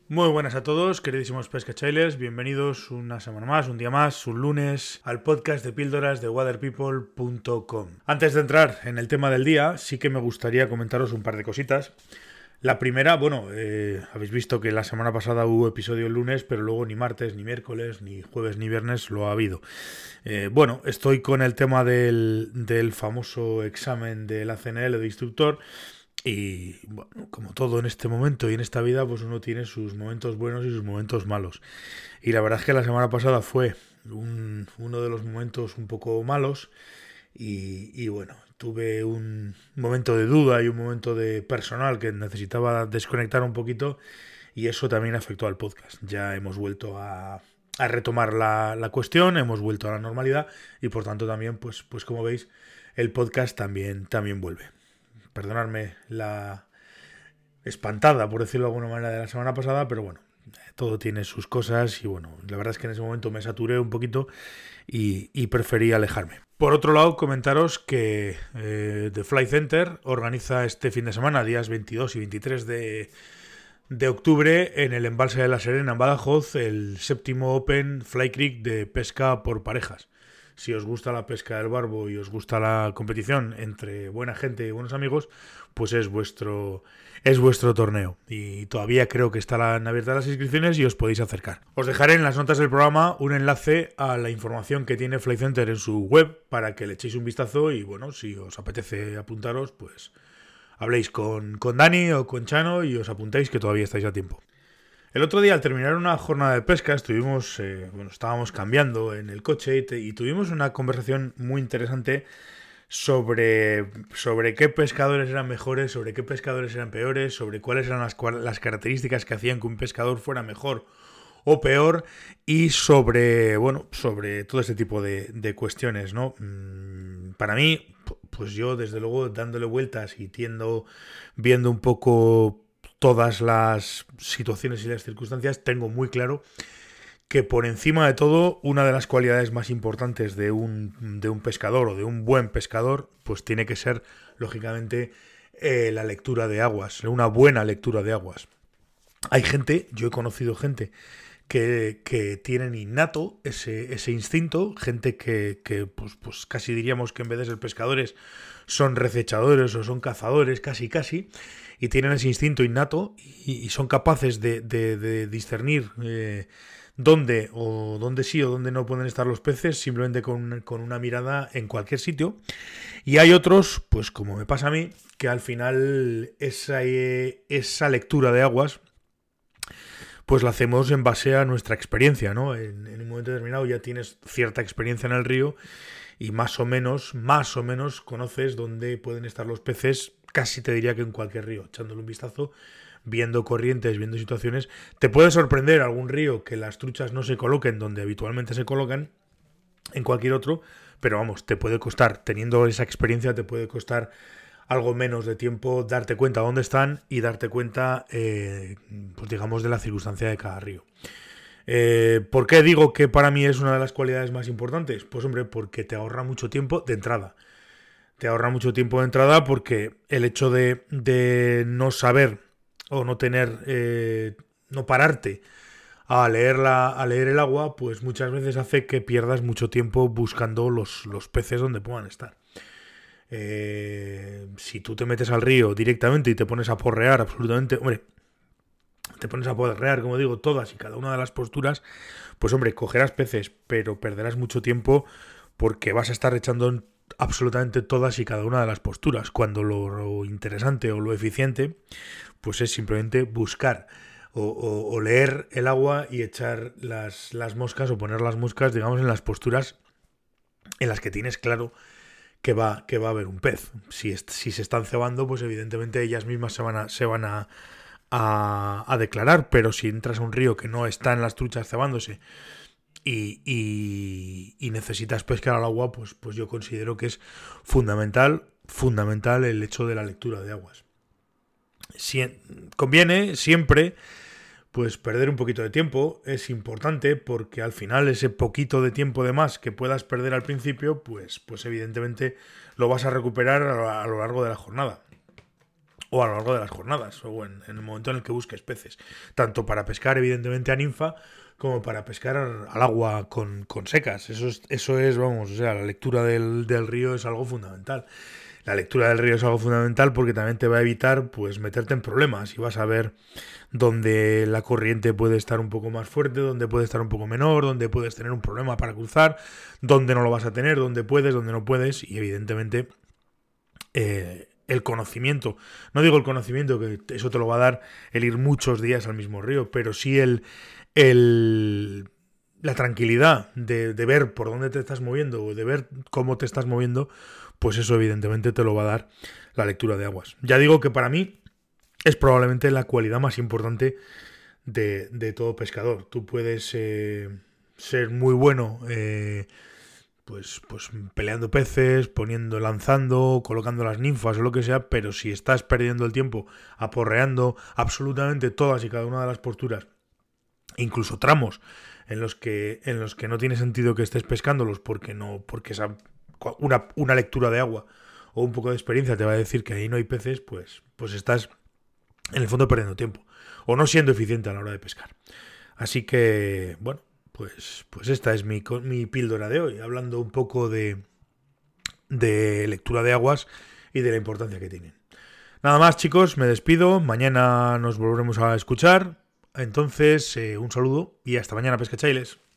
Muy buenas a todos, queridísimos pescachailes, bienvenidos una semana más, un día más, un lunes, al podcast de píldoras de waterpeople.com. Antes de entrar en el tema del día, sí que me gustaría comentaros un par de cositas. La primera, habéis visto que la semana pasada hubo episodio el lunes, pero luego ni martes, ni miércoles, ni jueves, ni viernes lo ha habido. Estoy con el tema del famoso examen del ACNL de instructor. Y bueno, como todo en este momento y en esta vida, pues uno tiene sus momentos buenos y sus momentos malos. Y la verdad es que la semana pasada fue uno de los momentos un poco malos. Tuve un momento de duda y un momento de personal que necesitaba desconectar un poquito. Y eso también afectó al podcast. Ya hemos vuelto a retomar la cuestión, hemos vuelto a la normalidad. Y por tanto también, pues como veis, el podcast también vuelve. Perdonadme la espantada, por decirlo de alguna manera, de la semana pasada, pero bueno, todo tiene sus cosas y bueno, la verdad es que en ese momento me saturé un poquito y preferí alejarme. Por otro lado, comentaros que The Fly Center organiza este fin de semana, días 22 y 23 de octubre, en el embalse de La Serena, en Badajoz, el séptimo Open Fly Creek de pesca por parejas. Si os gusta la pesca del barbo y os gusta la competición entre buena gente y buenos amigos, pues es vuestro torneo. Y todavía creo que están abiertas las inscripciones y os podéis acercar. Os dejaré en las notas del programa un enlace a la información que tiene Fly Center en su web para que le echéis un vistazo y bueno, si os apetece apuntaros, pues habléis con Dani o con Chano y os apuntáis que todavía estáis a tiempo. El otro día, al terminar una jornada de pesca, estábamos cambiando en el coche y tuvimos una conversación muy interesante sobre qué pescadores eran mejores, sobre qué pescadores eran peores, sobre cuáles eran las características que hacían que un pescador fuera mejor o peor y sobre todo este tipo de cuestiones, ¿no? Para mí, pues yo desde luego dándole vueltas y viendo un poco todas las situaciones y las circunstancias, tengo muy claro que por encima de todo, una de las cualidades más importantes de un pescador o de un buen pescador, pues tiene que ser, lógicamente, la lectura de aguas, una buena lectura de aguas. Yo he conocido gente que tienen innato ese instinto, gente que pues casi diríamos que en vez de ser pescadores son recechadores o son cazadores, casi, y tienen ese instinto innato y son capaces de discernir dónde sí o dónde no pueden estar los peces simplemente con una mirada en cualquier sitio. Y hay otros, pues como me pasa a mí, que al final esa lectura de aguas pues la hacemos en base a nuestra experiencia, ¿no? En un momento determinado ya tienes cierta experiencia en el río y más o menos conoces dónde pueden estar los peces, casi te diría que en cualquier río, echándole un vistazo, viendo corrientes, viendo situaciones. Te puede sorprender algún río que las truchas no se coloquen donde habitualmente se colocan, en cualquier otro, pero vamos, te puede costar, teniendo esa experiencia, te puede costar algo menos de tiempo darte cuenta dónde están y darte cuenta, de la circunstancia de cada río. ¿Por qué digo que para mí es una de las cualidades más importantes? Pues hombre, porque te ahorra mucho tiempo de entrada. Te ahorra mucho tiempo de entrada porque el hecho de no saber o no tener, no pararte a leer el agua, pues muchas veces hace que pierdas mucho tiempo buscando los peces donde puedan estar. Si tú te metes al río directamente y te pones a porrear absolutamente, te pones a porrear, como digo, todas y cada una de las posturas, pues hombre, cogerás peces, pero perderás mucho tiempo porque vas a estar echando absolutamente todas y cada una de las posturas, cuando lo interesante o lo eficiente, pues es simplemente buscar o leer el agua y echar las moscas o poner las moscas, digamos, en las posturas en las que tienes claro que va a haber un pez. Si se están cebando, pues evidentemente ellas mismas se van a declarar, pero si entras a un río que no están las truchas cebándose y necesitas pescar al agua, pues yo considero que es fundamental el hecho de la lectura de aguas. Conviene siempre pues perder un poquito de tiempo, es importante porque al final ese poquito de tiempo de más que puedas perder al principio, pues evidentemente lo vas a recuperar a lo largo de la jornada. o a lo largo de las jornadas, o en el momento en el que busques peces, tanto para pescar evidentemente a ninfa, como para pescar al agua con secas. Eso es, vamos, o sea, la lectura del río es algo fundamental. La lectura del río es algo fundamental porque también te va a evitar pues meterte en problemas y vas a ver dónde la corriente puede estar un poco más fuerte, dónde puede estar un poco menor, dónde puedes tener un problema para cruzar, dónde no lo vas a tener, dónde puedes, dónde no puedes, y evidentemente el conocimiento, no digo el conocimiento, que eso te lo va a dar el ir muchos días al mismo río, pero sí la tranquilidad de ver por dónde te estás moviendo o de ver cómo te estás moviendo, pues eso evidentemente te lo va a dar la lectura de aguas. Ya digo que para mí es probablemente la cualidad más importante de todo pescador. Tú puedes ser muy bueno pues peleando peces, lanzando, colocando las ninfas o lo que sea, pero si estás perdiendo el tiempo aporreando absolutamente todas y cada una de las posturas, incluso tramos en los que no tiene sentido que estés pescándolos porque una lectura de agua o un poco de experiencia te va a decir que ahí no hay peces, pues estás en el fondo perdiendo tiempo o no siendo eficiente a la hora de pescar. Así que, bueno, pues esta es mi píldora de hoy, hablando un poco de lectura de aguas y de la importancia que tienen. Nada más, chicos, me despido. Mañana nos volveremos a escuchar. Entonces, un saludo y hasta mañana, pescachailes.